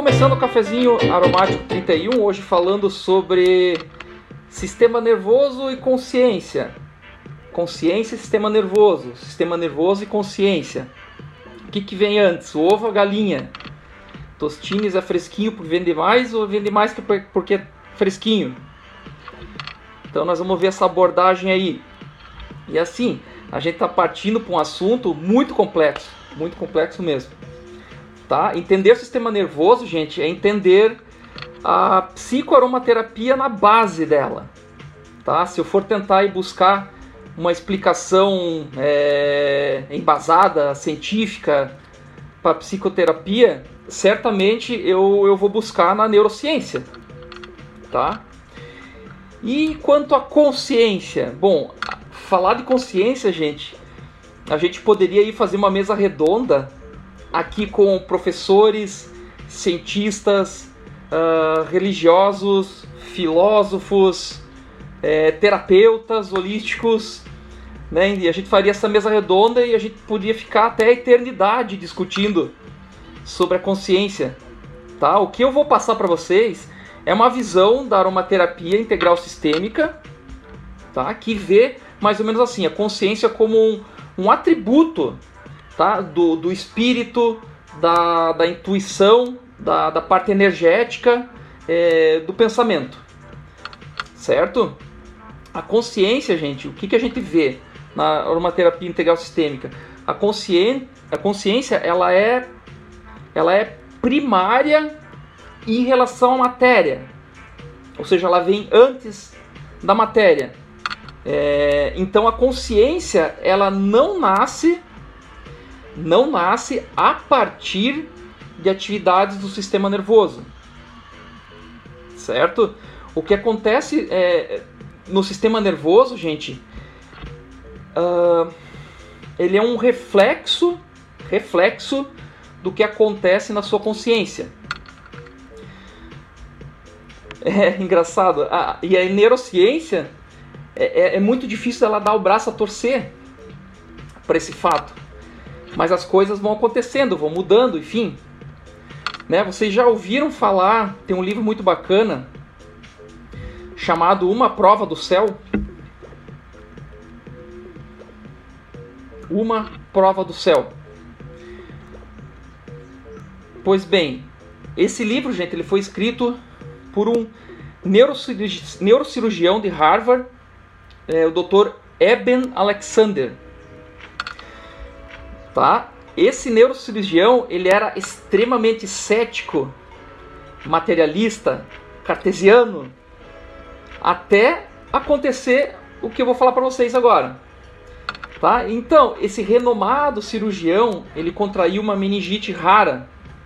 começando o cafezinho aromático 31, hoje falando sobre sistema nervoso e consciência. Consciência e sistema nervoso e consciência. O que vem antes, o ovo ou a galinha? Tostines é fresquinho porque vende mais ou vende mais porque é fresquinho? Então nós vamos ver essa abordagem aí. E assim, a gente está partindo para um assunto muito complexo mesmo. Tá? Entender o sistema nervoso, gente, é entender a psicoaromaterapia na base dela. Tá? Se eu for tentar ir buscar uma explicação embasada, científica para psicoterapia, certamente eu vou buscar na neurociência. Tá? E quanto à consciência? Bom, falar de consciência, gente, a gente poderia ir fazer uma mesa redonda aqui com professores, cientistas, religiosos, filósofos, terapeutas holísticos, né? E a gente faria essa mesa redonda e a gente podia ficar até a eternidade discutindo sobre a consciência. Tá? O que eu vou passar para vocês é uma visão da aromaterapia integral sistêmica, tá? Que vê mais ou menos assim, a consciência como um atributo, tá? do espírito, da intuição, da parte energética, do pensamento. Certo? A consciência, gente, o que a gente vê na aromaterapia integral sistêmica? A consciência ela é primária em relação à matéria. Ou seja, ela vem antes da matéria. Então a consciência ela não nasce a partir de atividades do sistema nervoso, certo? O que acontece no sistema nervoso, gente, ele é um reflexo do que acontece na sua consciência. É engraçado. E a neurociência é muito difícil ela dar o braço a torcer para esse fato. Mas as coisas vão acontecendo, vão mudando, enfim. Né? Vocês já ouviram falar, tem um livro muito bacana, chamado Uma Prova do Céu? Uma Prova do Céu. Pois bem, esse livro, gente, ele foi escrito por um neurocirurgião de Harvard, o Dr. Eben Alexander. Tá? Esse neurocirurgião ele era extremamente cético, materialista, cartesiano, até acontecer o que eu vou falar para vocês agora. Tá? Então, esse renomado cirurgião ele contraiu uma meningite rara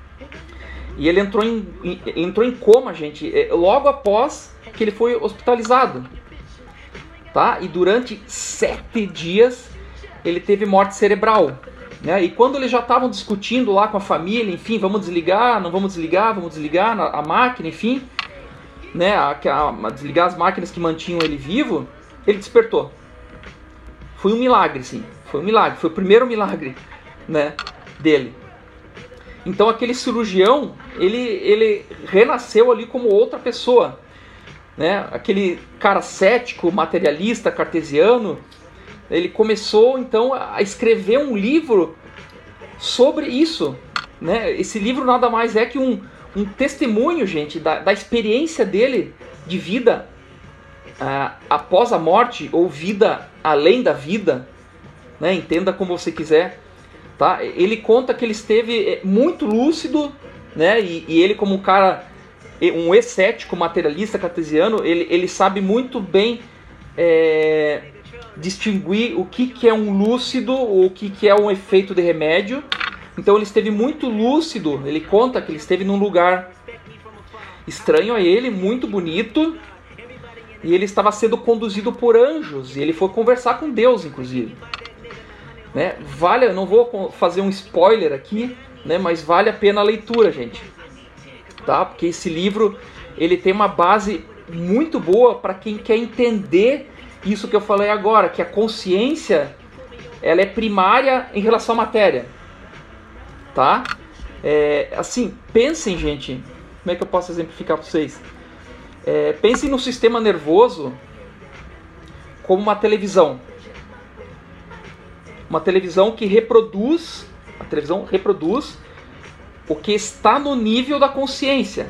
e ele entrou em coma, gente, logo após que ele foi hospitalizado. Tá? E durante 7 dias ele teve morte cerebral. Né? E quando eles já estavam discutindo lá com a família, enfim, vamos desligar, não vamos desligar a máquina, enfim, né? Desligar as máquinas que mantinham ele vivo, ele despertou. Foi um milagre, sim, foi o primeiro milagre, né, dele. Então aquele cirurgião, ele renasceu ali como outra pessoa, né? Aquele cara cético, materialista, cartesiano, ele começou então a escrever um livro sobre isso, né? Esse livro nada mais é que um testemunho, gente, da experiência dele de vida após a morte ou vida além da vida, né? Entenda como você quiser, tá? Ele conta que ele esteve muito lúcido, né? E ele como um cara, um excético, materialista, cartesiano, ele sabe muito bem distinguir o que é um lúcido ou o que é um efeito de remédio. Então ele esteve muito lúcido. Ele conta que ele esteve num lugar estranho a ele, muito bonito, e ele estava sendo conduzido por anjos, e ele foi conversar com Deus, inclusive, né? Eu não vou fazer um spoiler aqui, né? Mas vale a pena a leitura, gente, tá? Porque esse livro ele tem uma base muito boa para quem quer entender isso que eu falei agora, que a consciência ela é primária em relação à matéria, tá? Assim, pensem, gente, como é que eu posso exemplificar para vocês? Pensem no sistema nervoso como uma televisão. Uma televisão que reproduz, o que está no nível da consciência.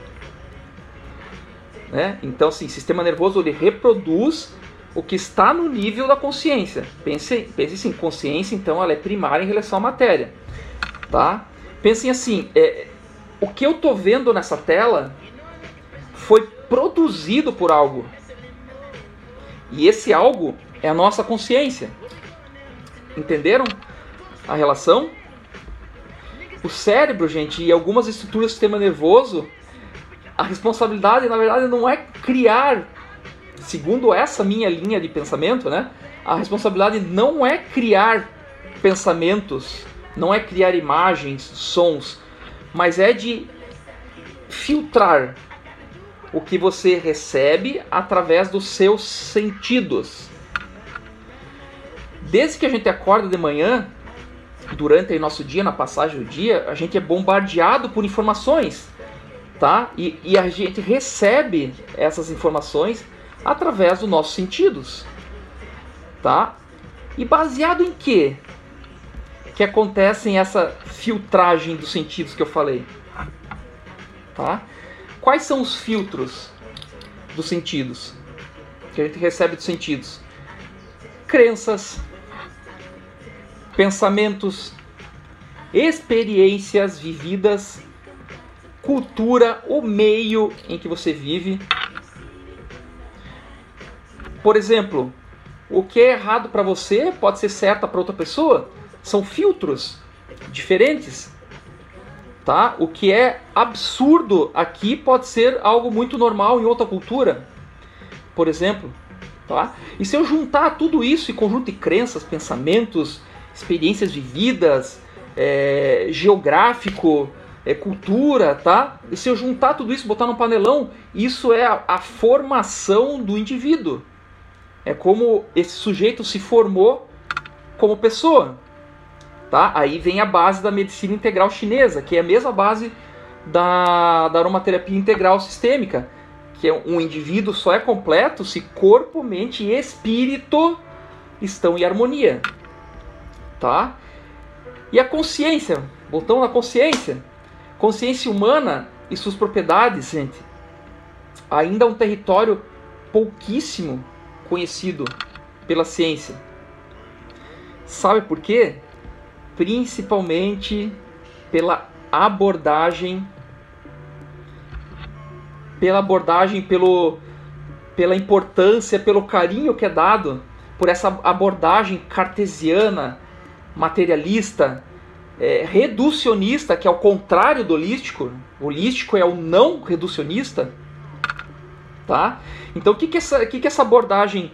Né? Então, assim, sistema nervoso ele reproduz o que está no nível da consciência. Pense assim, consciência, então, ela é primária em relação à matéria. Tá? Pensem assim, o que eu estou vendo nessa tela foi produzido por algo. E esse algo é a nossa consciência. Entenderam a relação? O cérebro, gente, e algumas estruturas do sistema nervoso, a responsabilidade, na verdade, não é criar, segundo essa minha linha de pensamento, né? A responsabilidade não é criar pensamentos, não é criar imagens, sons, mas é de filtrar o que você recebe através dos seus sentidos. Desde que a gente acorda de manhã, durante o nosso dia, na passagem do dia, a gente é bombardeado por informações, tá? E a gente recebe essas informações através dos nossos sentidos, tá? E baseado em quê que acontece essa filtragem dos sentidos que eu falei? Tá? Quais são os filtros dos sentidos que a gente recebe dos sentidos? Crenças, pensamentos, experiências vividas, cultura, o meio em que você vive. Por exemplo, o que é errado para você pode ser certo para outra pessoa. São filtros diferentes. Tá? O que é absurdo aqui pode ser algo muito normal em outra cultura, por exemplo. Tá? E se eu juntar tudo isso em conjunto de crenças, pensamentos, experiências vividas, geográfico, cultura, tá? E se eu juntar tudo isso, botar num panelão, isso é a formação do indivíduo. É como esse sujeito se formou como pessoa. Tá? Aí vem a base da medicina integral chinesa, que é a mesma base da aromaterapia integral sistêmica, que é um indivíduo só é completo se corpo, mente e espírito estão em harmonia. Tá? E a consciência, voltamos na consciência. Consciência humana e suas propriedades, gente, ainda é um território pouquíssimo conhecido pela ciência. Sabe por quê? Principalmente pela abordagem, pela importância, pelo carinho que é dado por essa abordagem cartesiana, materialista, reducionista, que é o contrário do holístico. O holístico é o não reducionista. Tá? Então, o que essa abordagem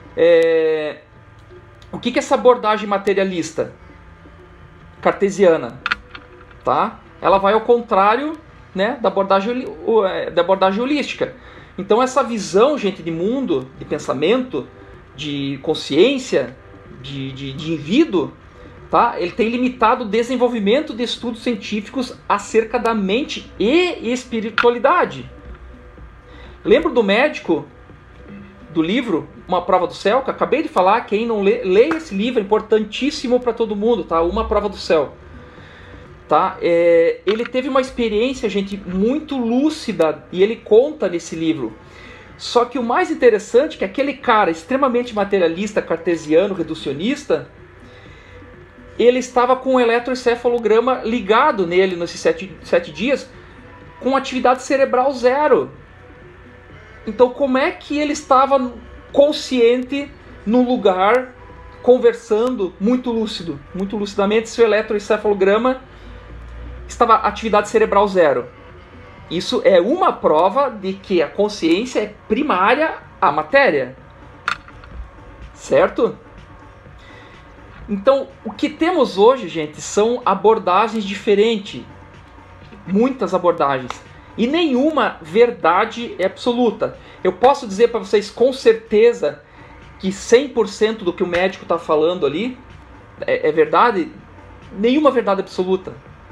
essa abordagem materialista cartesiana, tá? Ela vai ao contrário, né, da abordagem holística. Então essa visão, gente, de mundo, de pensamento, de consciência, de indivíduo, tá? Ele tem limitado o desenvolvimento de estudos científicos acerca da mente e espiritualidade. Lembra do médico do livro Uma Prova do Céu, que eu acabei de falar? Quem não leia esse livro, é importantíssimo para todo mundo, tá? Uma Prova do Céu. Tá? Ele teve uma experiência, gente, muito lúcida, e ele conta nesse livro. Só que o mais interessante é que aquele cara extremamente materialista, cartesiano, reducionista, ele estava com um eletroencefalograma ligado nele nesses 7 dias, com atividade cerebral zero. Então, como é que ele estava consciente num lugar, conversando muito lucidamente, se o eletroencefalograma estava atividade cerebral zero? Isso é uma prova de que a consciência é primária à matéria. Certo? Então, o que temos hoje, gente, são abordagens diferentes. Muitas abordagens. E nenhuma verdade é absoluta. Eu posso dizer para vocês com certeza que 100% do que o médico está falando ali é verdade? Nenhuma verdade absoluta.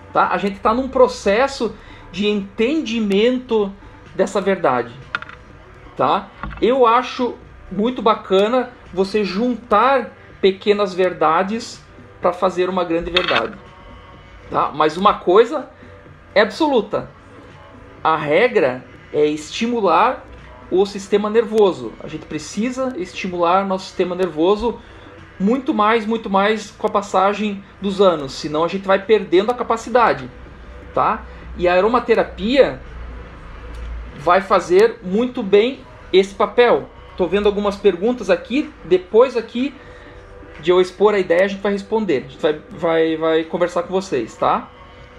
tá? A gente está num processo de entendimento dessa verdade, tá? Eu acho muito bacana você juntar pequenas verdades para fazer uma grande verdade, tá? Mas uma coisa é absoluta: a regra é estimular o sistema nervoso. A gente precisa estimular nosso sistema nervoso muito mais com a passagem dos anos, senão a gente vai perdendo a capacidade, tá? E a aromaterapia vai fazer muito bem esse papel. Estou vendo algumas perguntas aqui, depois aqui de eu expor a ideia a gente vai responder, a gente vai conversar com vocês, tá?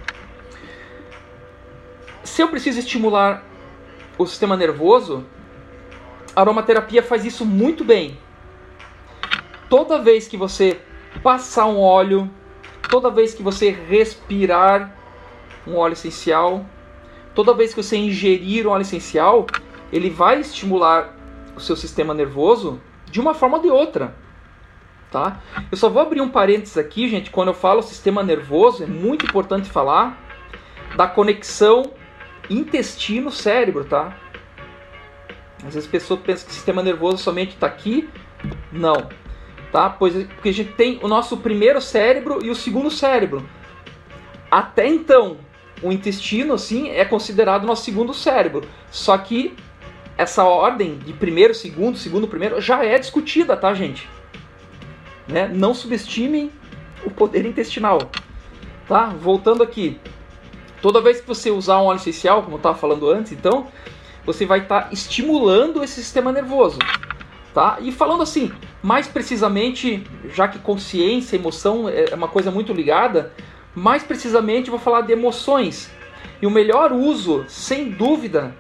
Se eu preciso estimular o sistema nervoso, a aromaterapia faz isso muito bem. Toda vez que você passar um óleo, toda vez que você respirar um óleo essencial, toda vez que você ingerir um óleo essencial, ele vai estimular o seu sistema nervoso de uma forma ou de outra, tá? Eu só vou abrir um parênteses aqui, gente. Quando eu falo sistema nervoso, é muito importante falar da conexão intestino-cérebro, tá? Às vezes as pessoas pensam que o sistema nervoso somente está aqui. Não, tá? Porque a gente tem o nosso primeiro cérebro e o segundo cérebro. Até então, o intestino, assim, é considerado o nosso segundo cérebro. Só que essa ordem de primeiro, segundo, primeiro, já é discutida, tá, gente? Né? Não subestimem o poder intestinal, tá? Voltando aqui. Toda vez que você usar um óleo essencial, como eu estava falando antes, então, você vai estar estimulando esse sistema nervoso, tá? E falando assim, mais precisamente, já que consciência e emoção é uma coisa muito ligada, mais precisamente eu vou falar de emoções. E o melhor uso, sem dúvida,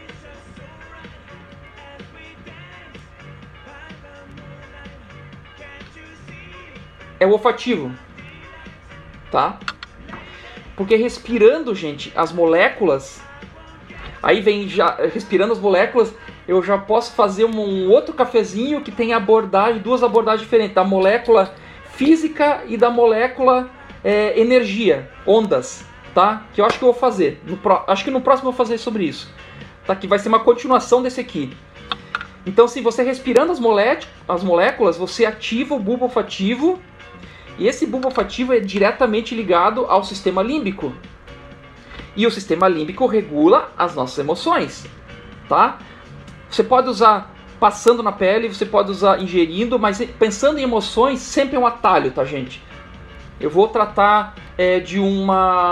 é o olfativo, tá? Porque respirando, gente, as moléculas, aí vem já respirando as moléculas, eu já posso fazer um outro cafezinho que tem duas abordagens diferentes, da molécula física e da molécula energia, ondas, tá? Que eu acho que eu vou fazer. Acho que no próximo eu vou fazer sobre isso, tá? Que vai ser uma continuação desse aqui. Então, se você respirando as moléculas, você ativa o bulbo olfativo. E esse bulbo olfativo é diretamente ligado ao sistema límbico. E o sistema límbico regula as nossas emoções, tá? Você pode usar passando na pele, você pode usar ingerindo, mas pensando em emoções, sempre é um atalho, tá, gente? Eu vou tratar de um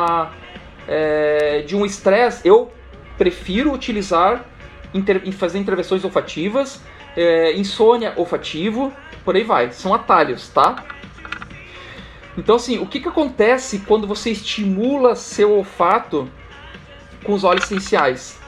estresse. Eu prefiro utilizar fazer intervenções olfativas, insônia olfativo, por aí vai. São atalhos, tá? Então, assim, o que acontece quando você estimula seu olfato com os óleos essenciais?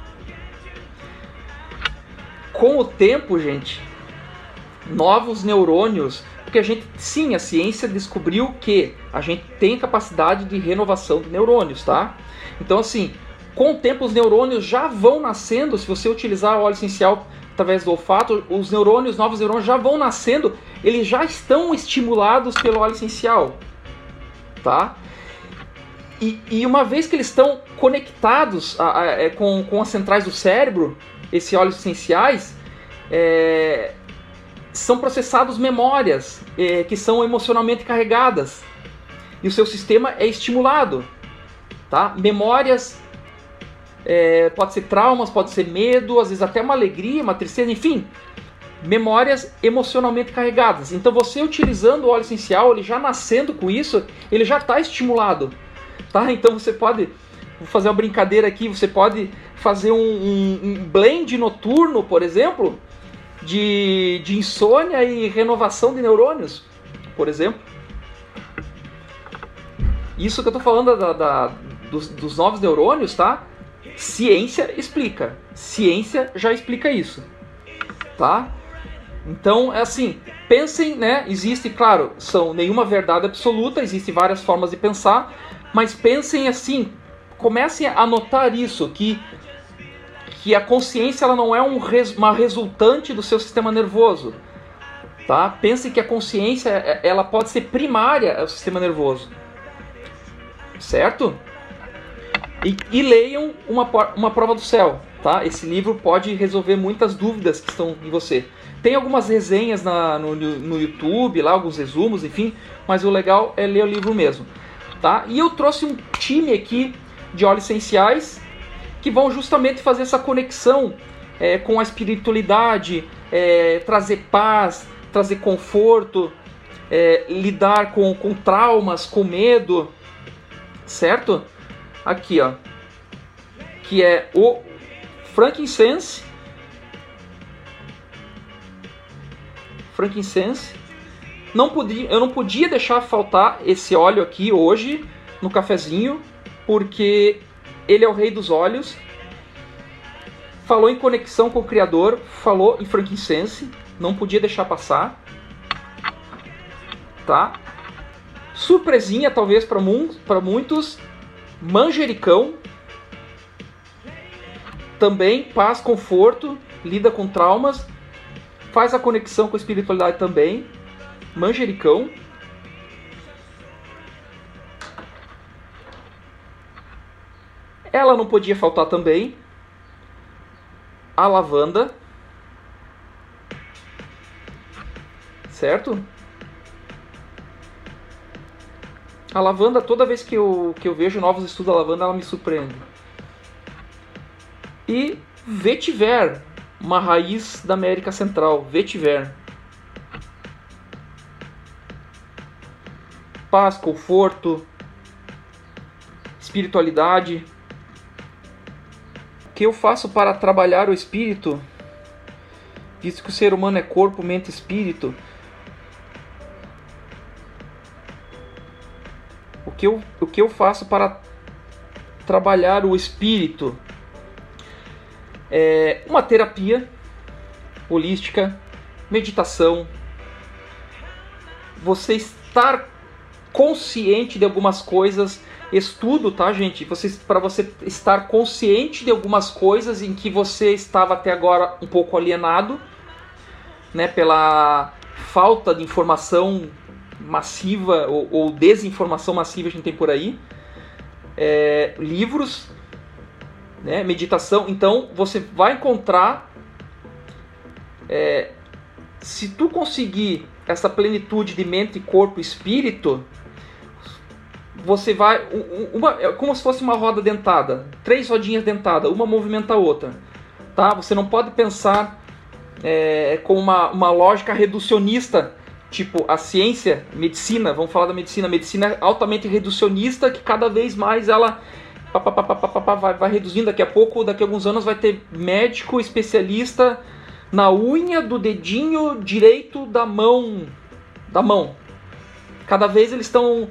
Com o tempo, gente, novos neurônios, porque a ciência descobriu que a gente tem capacidade de renovação de neurônios, tá? Então, assim, com o tempo os neurônios já vão nascendo. Se você utilizar o óleo essencial através do olfato, os novos neurônios já vão nascendo, eles já estão estimulados pelo óleo essencial, tá? E uma vez que eles estão conectados com as centrais do cérebro, esses óleos essenciais, são processados memórias que são emocionalmente carregadas, e o seu sistema é estimulado, tá? Memórias, pode ser traumas, pode ser medo, às vezes até uma alegria, uma tristeza, enfim, memórias emocionalmente carregadas. Então você utilizando o óleo essencial, ele já nascendo com isso, ele já está estimulado, tá? Então você pode, vou fazer uma brincadeira aqui, você pode fazer um blend noturno, por exemplo, de insônia e renovação de neurônios, por exemplo. Isso que eu estou falando dos novos neurônios, tá? Ciência explica. Ciência já explica isso, tá? Então, é assim, pensem, né? Existe, claro, nenhuma verdade absoluta, existem várias formas de pensar, mas pensem assim, comecem a notar isso, que a consciência ela não é uma resultante do seu sistema nervoso, tá? Pensem que a consciência ela pode ser primária ao sistema nervoso. certo? E leiam uma prova do céu, tá? Esse livro pode resolver muitas dúvidas que estão em você. Tem algumas resenhas no YouTube, lá alguns resumos, enfim, mas o legal é ler o livro mesmo, tá? E eu trouxe um time aqui de óleos essenciais que vão justamente fazer essa conexão com a espiritualidade, trazer paz, trazer conforto, lidar com traumas, com medo, certo? Aqui, ó, que é o frankincense. Eu não podia deixar faltar esse óleo aqui hoje no cafezinho, porque ele é o rei dos óleos. Falou em conexão com o Criador, falou em frankincense, não podia deixar passar, tá? Surpresinha talvez para muitos. Manjericão, também paz, conforto, lida com traumas, faz a conexão com a espiritualidade também. Manjericão. Ela não podia faltar também. A lavanda, certo? A lavanda, toda vez que eu vejo novos estudos da lavanda, ela me surpreende. E vetiver, uma raiz da América Central. Vetiver. Paz, conforto, espiritualidade. O que eu faço para trabalhar o espírito? Visto que o ser humano é corpo, mente e espírito. O que eu faço para trabalhar o espírito? Uma terapia holística, meditação, você estar consciente de algumas coisas, estudo, tá, gente? Para você estar consciente de algumas coisas em que você estava até agora um pouco alienado, né, pela falta de informação massiva ou desinformação massiva que a gente tem por aí, livros, né, meditação. Então você vai encontrar, se tu conseguir essa plenitude de mente, corpo e espírito, você vai, é como se fosse uma roda dentada, 3 rodinhas dentadas, uma movimenta a outra, tá? Você não pode pensar com uma lógica reducionista. Tipo, a ciência, medicina, vamos falar da medicina. A medicina é altamente reducionista, que cada vez mais ela vai reduzindo. Daqui a alguns anos, vai ter médico especialista na unha do dedinho direito da mão. Cada vez eles estão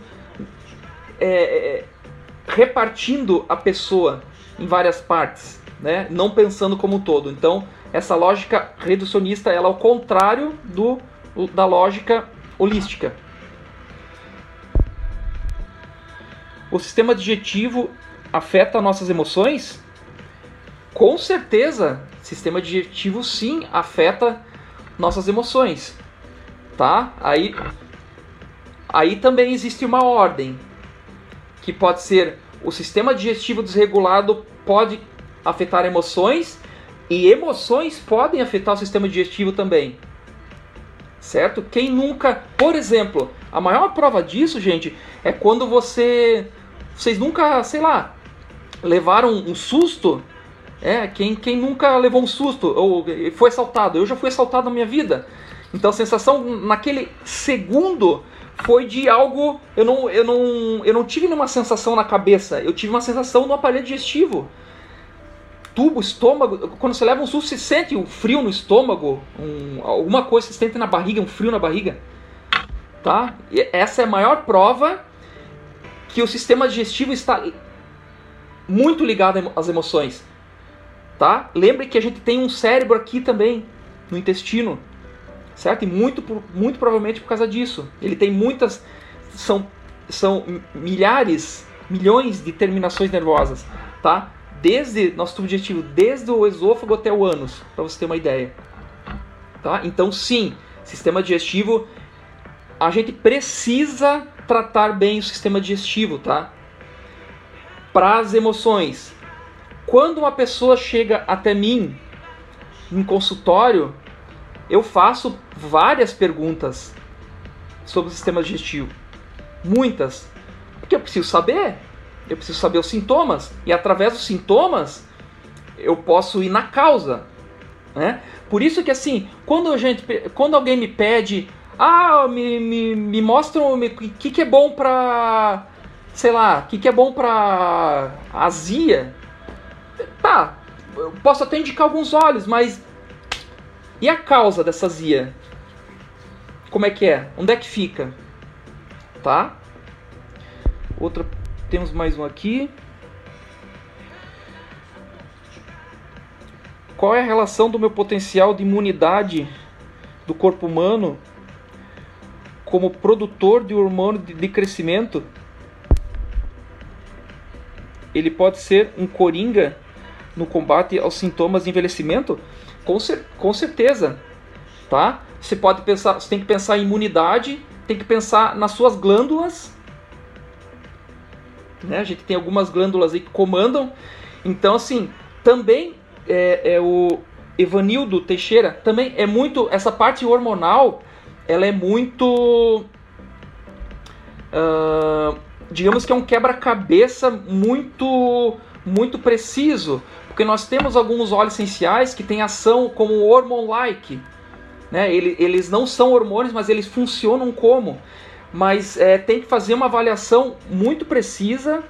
repartindo a pessoa em várias partes, né? Não pensando como um todo. Então, essa lógica reducionista, ela é o contrário da lógica holística. O sistema digestivo afeta nossas emoções? Com certeza, sistema digestivo sim afeta nossas emoções, tá? Aí também existe uma ordem, que pode ser o sistema digestivo desregulado pode afetar emoções, e emoções podem afetar o sistema digestivo também. Certo? Quem nunca... Por exemplo, a maior prova disso, gente, é quando vocês nunca, sei lá, levaram um susto. Quem nunca levou um susto ou foi assaltado? Eu já fui assaltado na minha vida. Então a sensação naquele segundo foi de algo... Eu não tive nenhuma sensação na cabeça. Eu tive uma sensação no aparelho digestivo. Tubo, estômago, quando você leva um susto, você sente um frio no estômago, alguma coisa, você sente na barriga, um frio na barriga, tá? E essa é a maior prova que o sistema digestivo está muito ligado às emoções, tá? Lembre que a gente tem um cérebro aqui também, no intestino, certo? E muito provavelmente por causa disso. Ele tem muitas, são milhões de terminações nervosas, tá? Desde nosso tubo digestivo, desde o esôfago até o ânus, para você ter uma ideia. Tá? Então, sim, sistema digestivo, a gente precisa tratar bem o sistema digestivo, tá? para as emoções. Quando uma pessoa chega até mim em consultório, eu faço várias perguntas sobre o sistema digestivo. Muitas. Porque eu preciso saber os sintomas. E através dos sintomas, eu posso ir na causa. Né? Por isso que assim, quando alguém me pede, me mostram o que é bom para, sei lá, o que é bom para azia. Tá, eu posso até indicar alguns óleos, mas e a causa dessa azia? Como é que é? Onde é que fica? Tá? Temos mais um aqui. Qual é a relação do meu potencial de imunidade do corpo humano como produtor de hormônio de crescimento? Ele pode ser um coringa no combate aos sintomas de envelhecimento? Com certeza, tá? Você tem que pensar em imunidade, tem que pensar nas suas glândulas, né? A gente tem algumas glândulas aí que comandam. Então, assim, também o Evanildo Teixeira também é muito, essa parte hormonal, ela é muito, digamos que é um quebra-cabeça muito preciso, porque nós temos alguns óleos essenciais que têm ação como hormone-like, né? Eles não são hormônios, mas eles funcionam como. Mas tem que fazer uma avaliação muito precisa,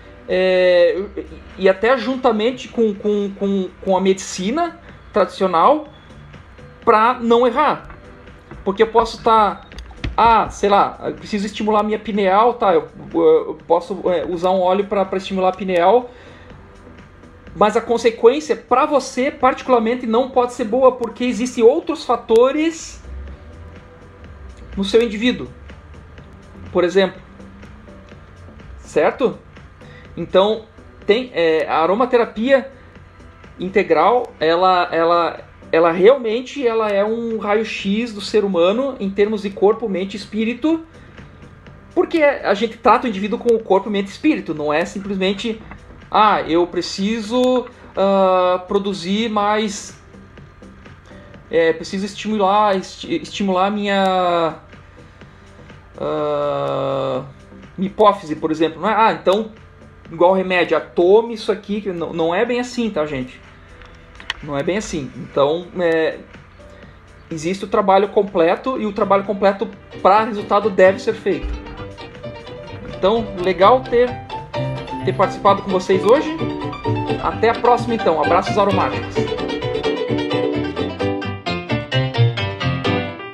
e até juntamente com a medicina tradicional, para não errar. Porque eu posso estar, sei lá, eu preciso estimular a minha pineal, tá? Eu posso usar um óleo para estimular a pineal, mas a consequência para você particularmente não pode ser boa, porque existem outros fatores no seu indivíduo, por exemplo, certo? Então tem a aromaterapia integral, ela realmente é um raio-x do ser humano em termos de corpo, mente e espírito, porque a gente trata o indivíduo com o corpo, mente e espírito, não é simplesmente eu preciso produzir mais, preciso estimular minha hipófise, por exemplo. Não é, então, igual remédio, tome isso aqui. Não é bem assim, tá, gente? Não é bem assim. Então, existe o trabalho completo, e o trabalho completo para resultado deve ser feito. Então, legal ter participado com vocês hoje. Até a próxima, então. Abraços aromáticos.